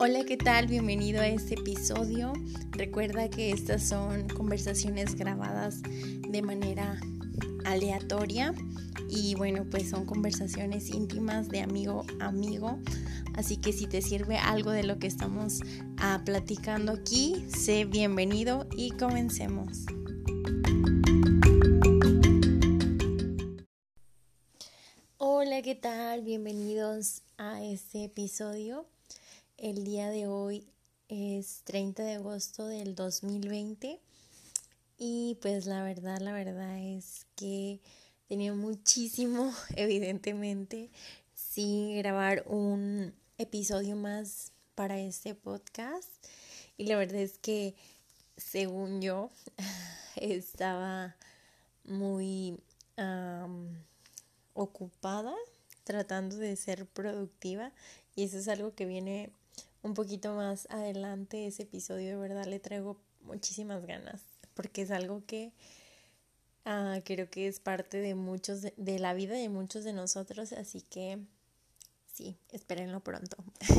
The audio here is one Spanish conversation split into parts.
Hola, ¿qué tal? Bienvenido a este episodio. Recuerda que estas son conversaciones grabadas de manera aleatoria y bueno, pues son conversaciones íntimas de amigo a amigo. Así que si te sirve algo de lo que estamos platicando aquí, sé bienvenido y comencemos. Hola, ¿qué tal? Bienvenidos a este episodio. El día de hoy es 30 de agosto del 2020 y pues la verdad es que tenía muchísimo, evidentemente, sin grabar un episodio más para este podcast y la verdad es que según yo estaba muy ocupada tratando de ser productiva y eso es algo que viene un poquito más adelante. Ese episodio de verdad le traigo muchísimas ganas porque es algo que creo que es parte de muchos de la vida de muchos de nosotros, así que sí, espérenlo pronto.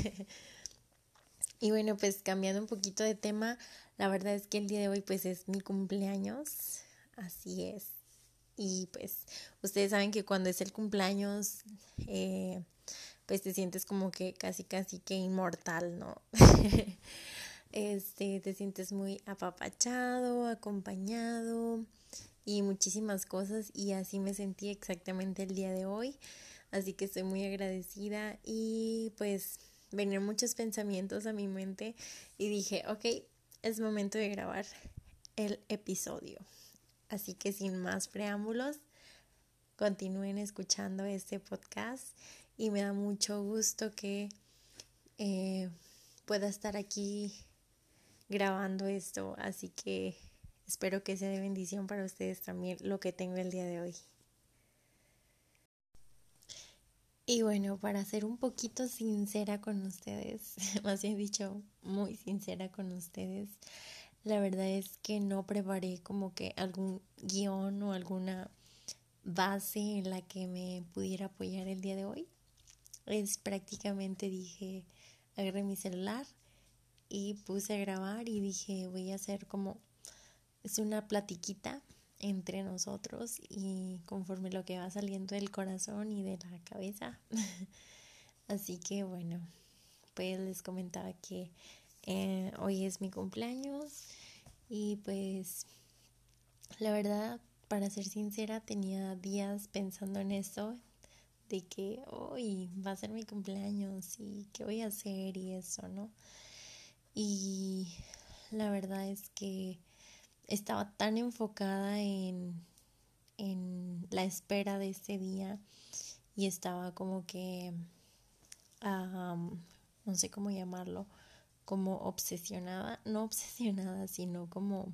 Y bueno, pues cambiando un poquito de tema, la verdad es que el día de hoy pues es mi cumpleaños, así es. Y pues ustedes saben que cuando es el cumpleaños pues te sientes como que casi que inmortal, ¿no? Te sientes muy apapachado, acompañado y muchísimas cosas y así me sentí exactamente el día de hoy, así que estoy muy agradecida y pues venían muchos pensamientos a mi mente y dije, ok, es momento de grabar el episodio, así que sin más preámbulos, continúen escuchando este podcast y me da mucho gusto que pueda estar aquí grabando esto, así que espero que sea de bendición para ustedes también lo que tengo el día de hoy. Y bueno, para ser un poquito sincera con ustedes, más bien dicho, muy sincera con ustedes, la verdad es que no preparé como que algún guión o alguna base en la que me pudiera apoyar el día de hoy. Es prácticamente dije, agarré mi celular y puse a grabar y dije, voy a hacer como, es una platiquita entre nosotros y conforme lo que va saliendo del corazón y de la cabeza. Así que bueno, pues les comentaba que hoy es mi cumpleaños y pues la verdad, para ser sincera, tenía días pensando en esto, de que hoy va a ser mi cumpleaños y qué voy a hacer y eso, ¿no? Y la verdad es que estaba tan enfocada en la espera de este día y estaba como que, no sé cómo llamarlo, como obsesionada, no obsesionada, sino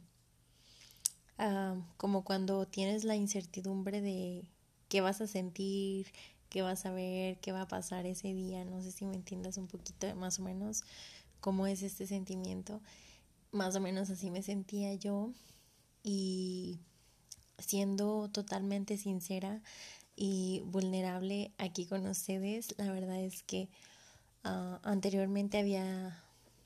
como cuando tienes la incertidumbre de qué vas a sentir, qué vas a ver, qué va a pasar ese día. No sé si me entiendas un poquito de más o menos cómo es este sentimiento. Más o menos así me sentía yo y siendo totalmente sincera y vulnerable aquí con ustedes, la verdad es que anteriormente había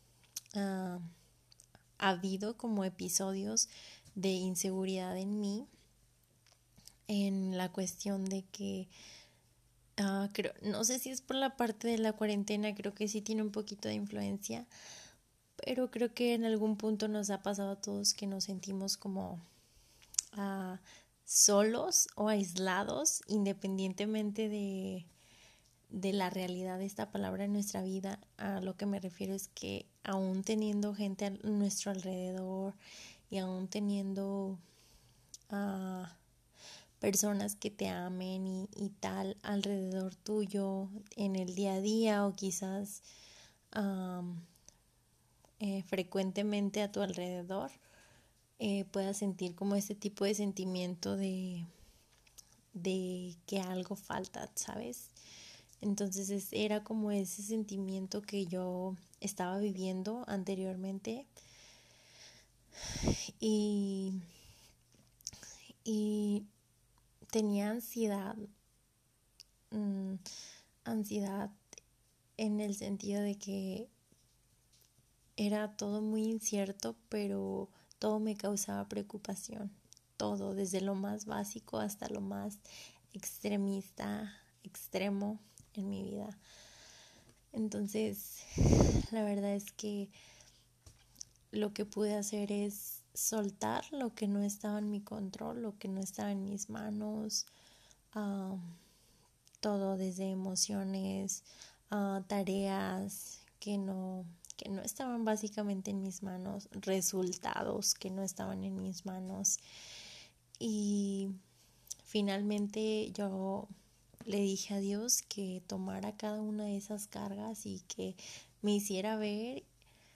habido como episodios de inseguridad en mí en la cuestión de que creo, no sé si es por la parte de la cuarentena, creo que sí tiene un poquito de influencia, pero creo que en algún punto nos ha pasado a todos que nos sentimos como solos o aislados, independientemente de la realidad de esta palabra en nuestra vida. A lo que me refiero es que aún teniendo gente a nuestro alrededor y aún teniendo personas que te amen y tal alrededor tuyo en el día a día o quizás frecuentemente a tu alrededor, puedas sentir como este tipo de sentimiento de que algo falta, ¿sabes? Entonces era como ese sentimiento que yo estaba viviendo anteriormente y tenía ansiedad en el sentido de que era todo muy incierto, pero todo me causaba preocupación. Todo, desde lo más básico hasta lo más extremo en mi vida. Entonces, la verdad es que lo que pude hacer es soltar lo que no estaba en mi control, lo que no estaba en mis manos, uh, todo desde emociones, tareas que no estaban básicamente en mis manos, resultados que no estaban en mis manos. Y finalmente yo le dije a Dios que tomara cada una de esas cargas y que me hiciera ver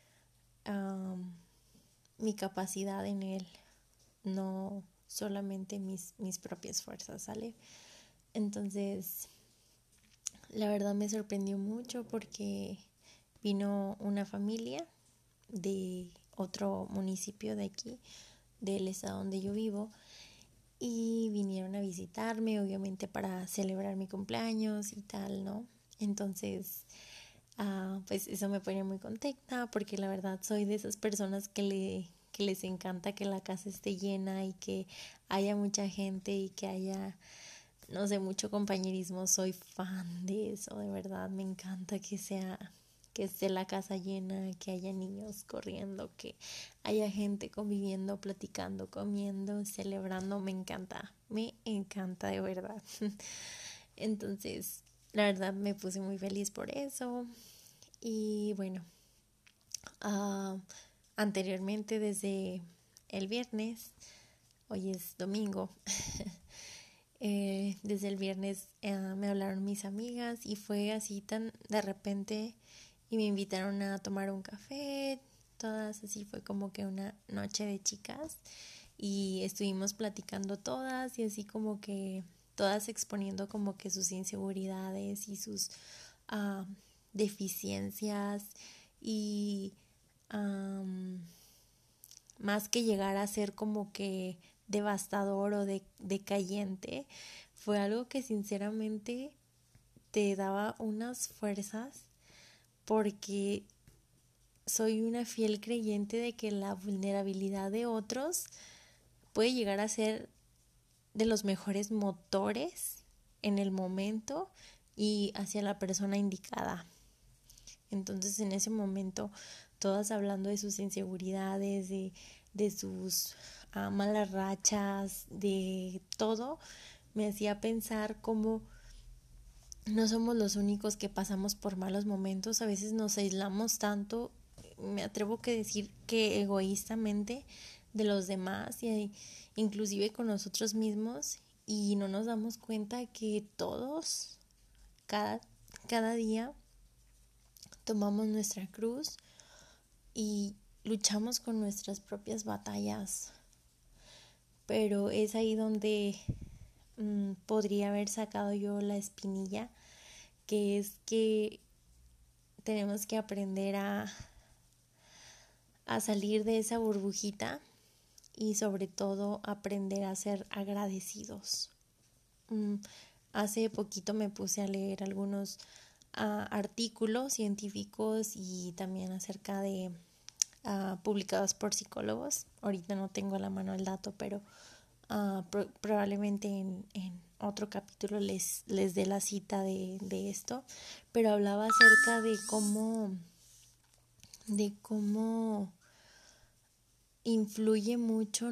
mi capacidad en Él, no solamente mis propias fuerzas, ¿sale? Entonces, la verdad me sorprendió mucho porque vino una familia de otro municipio de aquí, del estado donde yo vivo, y vinieron a visitarme, obviamente para celebrar mi cumpleaños y tal, ¿no? Entonces, pues eso me pone muy contenta porque la verdad soy de esas personas que les encanta que la casa esté llena y que haya mucha gente y que haya, no sé, mucho compañerismo. Soy fan de eso, de verdad, me encanta que esté la casa llena, que haya niños corriendo, que haya gente conviviendo, platicando, comiendo, celebrando. Me encanta de verdad. Entonces, la verdad me puse muy feliz por eso. Y bueno, anteriormente desde el viernes, hoy es domingo, desde el viernes me hablaron mis amigas y fue así tan de repente y me invitaron a tomar un café, todas así fue como que una noche de chicas y estuvimos platicando todas y así como que todas exponiendo como que sus inseguridades y sus deficiencias y más que llegar a ser como que devastador o decayente, fue algo que sinceramente te daba unas fuerzas porque soy una fiel creyente de que la vulnerabilidad de otros puede llegar a ser de los mejores motores en el momento y hacia la persona indicada. Entonces en ese momento todas hablando de sus inseguridades, de sus malas rachas, de todo, me hacía pensar cómo no somos los únicos que pasamos por malos momentos, a veces nos aislamos tanto, me atrevo a decir que egoístamente de los demás y inclusive con nosotros mismos y no nos damos cuenta que todos, cada día tomamos nuestra cruz y luchamos con nuestras propias batallas, pero es ahí donde podría haber sacado yo la espinilla, que es que tenemos que aprender a salir de esa burbujita y sobre todo aprender a ser agradecidos. Hace poquito me puse a leer algunos artículos científicos y también acerca de publicados por psicólogos. Ahorita no tengo a la mano el dato, pero probablemente en otro capítulo les dé la cita de esto, pero hablaba acerca de cómo influye mucho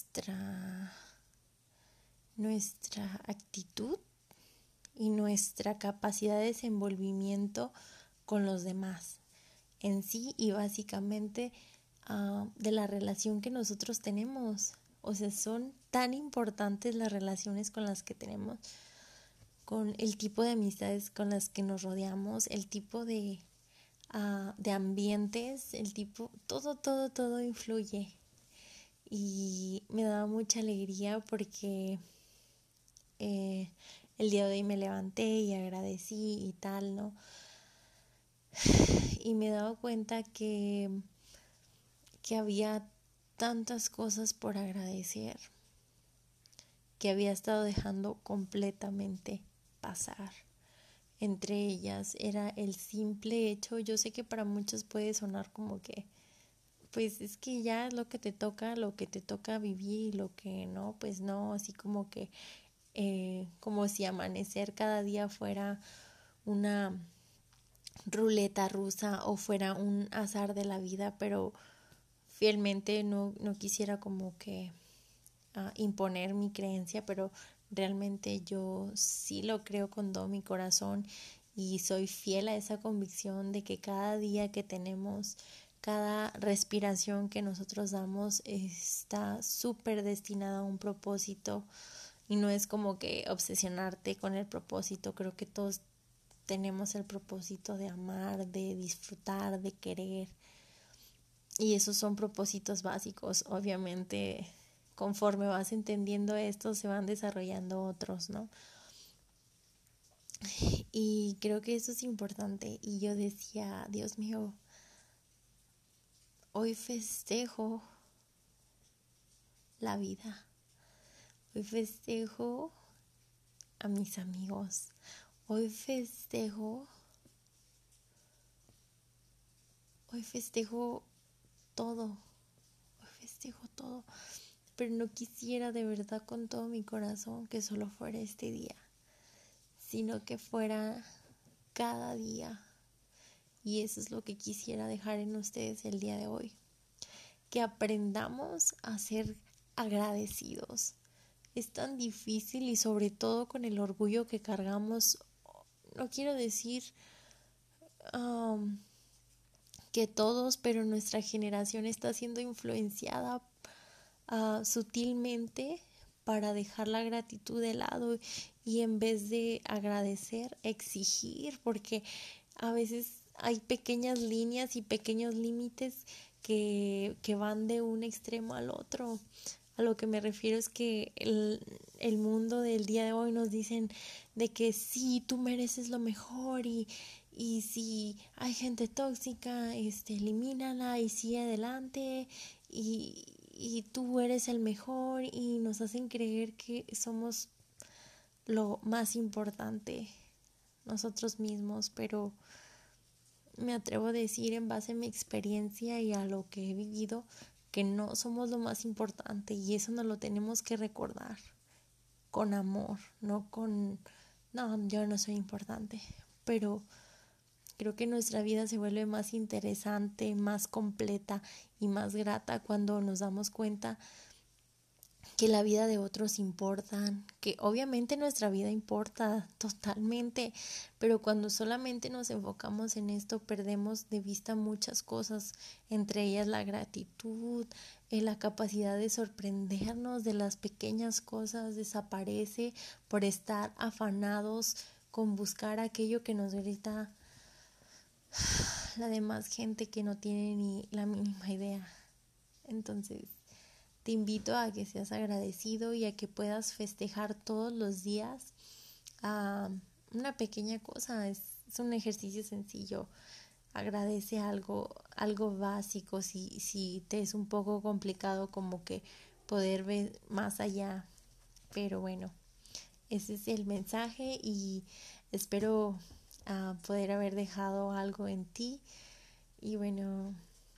nuestra actitud y nuestra capacidad de desenvolvimiento con los demás en sí y básicamente de la relación que nosotros tenemos. O sea, son tan importantes las relaciones con las que tenemos, con el tipo de amistades con las que nos rodeamos, el tipo de ambientes, el tipo, todo influye. Y me daba mucha alegría porque el día de hoy me levanté y agradecí y tal, ¿no? Y me he dado cuenta que había tantas cosas por agradecer que había estado dejando completamente pasar. Entre ellas era el simple hecho, yo sé que para muchos puede sonar como que, pues es que ya es lo que te toca vivir y lo que no, pues no, así como que, como si amanecer cada día fuera una ruleta rusa o fuera un azar de la vida, pero fielmente no quisiera como que imponer mi creencia, pero realmente yo sí lo creo con todo mi corazón y soy fiel a esa convicción de que cada día que tenemos, cada respiración que nosotros damos está súper destinada a un propósito y no es como que obsesionarte con el propósito. Creo que todos tenemos el propósito de amar, de disfrutar, de querer, y esos son propósitos básicos. Obviamente, conforme vas entendiendo esto, se van desarrollando otros, ¿no? Y creo que eso es importante. Y yo decía, Dios mío, hoy festejo la vida. Hoy festejo a mis amigos. Hoy festejo todo. Hoy festejo todo. Pero no quisiera de verdad con todo mi corazón que solo fuera este día, sino que fuera cada día. Y eso es lo que quisiera dejar en ustedes el día de hoy. Que aprendamos a ser agradecidos. Es tan difícil y sobre todo con el orgullo que cargamos. No quiero decir que todos, pero nuestra generación está siendo influenciada sutilmente para dejar la gratitud de lado y en vez de agradecer, exigir, porque a veces hay pequeñas líneas y pequeños límites que van de un extremo al otro. A lo que me refiero es que el mundo del día de hoy nos dicen de que sí, tú mereces lo mejor y si hay gente tóxica, elimínala y sigue adelante y tú eres el mejor y nos hacen creer que somos lo más importante nosotros mismos, pero me atrevo a decir en base a mi experiencia y a lo que he vivido que no somos lo más importante y eso nos lo tenemos que recordar con amor, no con no, yo no soy importante, pero creo que nuestra vida se vuelve más interesante, más completa y más grata cuando nos damos cuenta que la vida de otros importa, que obviamente nuestra vida importa totalmente, pero cuando solamente nos enfocamos en esto perdemos de vista muchas cosas, entre ellas la gratitud, la capacidad de sorprendernos de las pequeñas cosas desaparece por estar afanados con buscar aquello que nos grita la demás gente que no tiene ni la mínima idea. Entonces, te invito a que seas agradecido y a que puedas festejar todos los días una pequeña cosa. Es un ejercicio sencillo. Agradece algo básico. Si te es un poco complicado como que poder ver más allá. Pero bueno, ese es el mensaje y espero poder haber dejado algo en ti. Y bueno,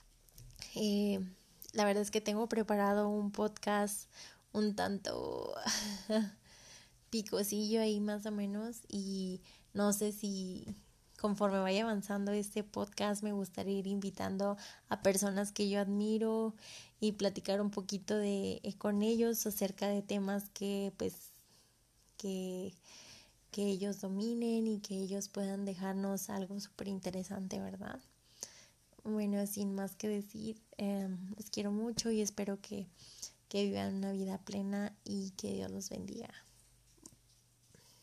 la verdad es que tengo preparado un podcast un tanto picosillo ahí más o menos y no sé si conforme vaya avanzando este podcast me gustaría ir invitando a personas que yo admiro y platicar un poquito con ellos acerca de temas que pues que, que ellos dominen y que ellos puedan dejarnos algo súper interesante, ¿verdad? Bueno, sin más que decir, los quiero mucho y espero que vivan una vida plena y que Dios los bendiga.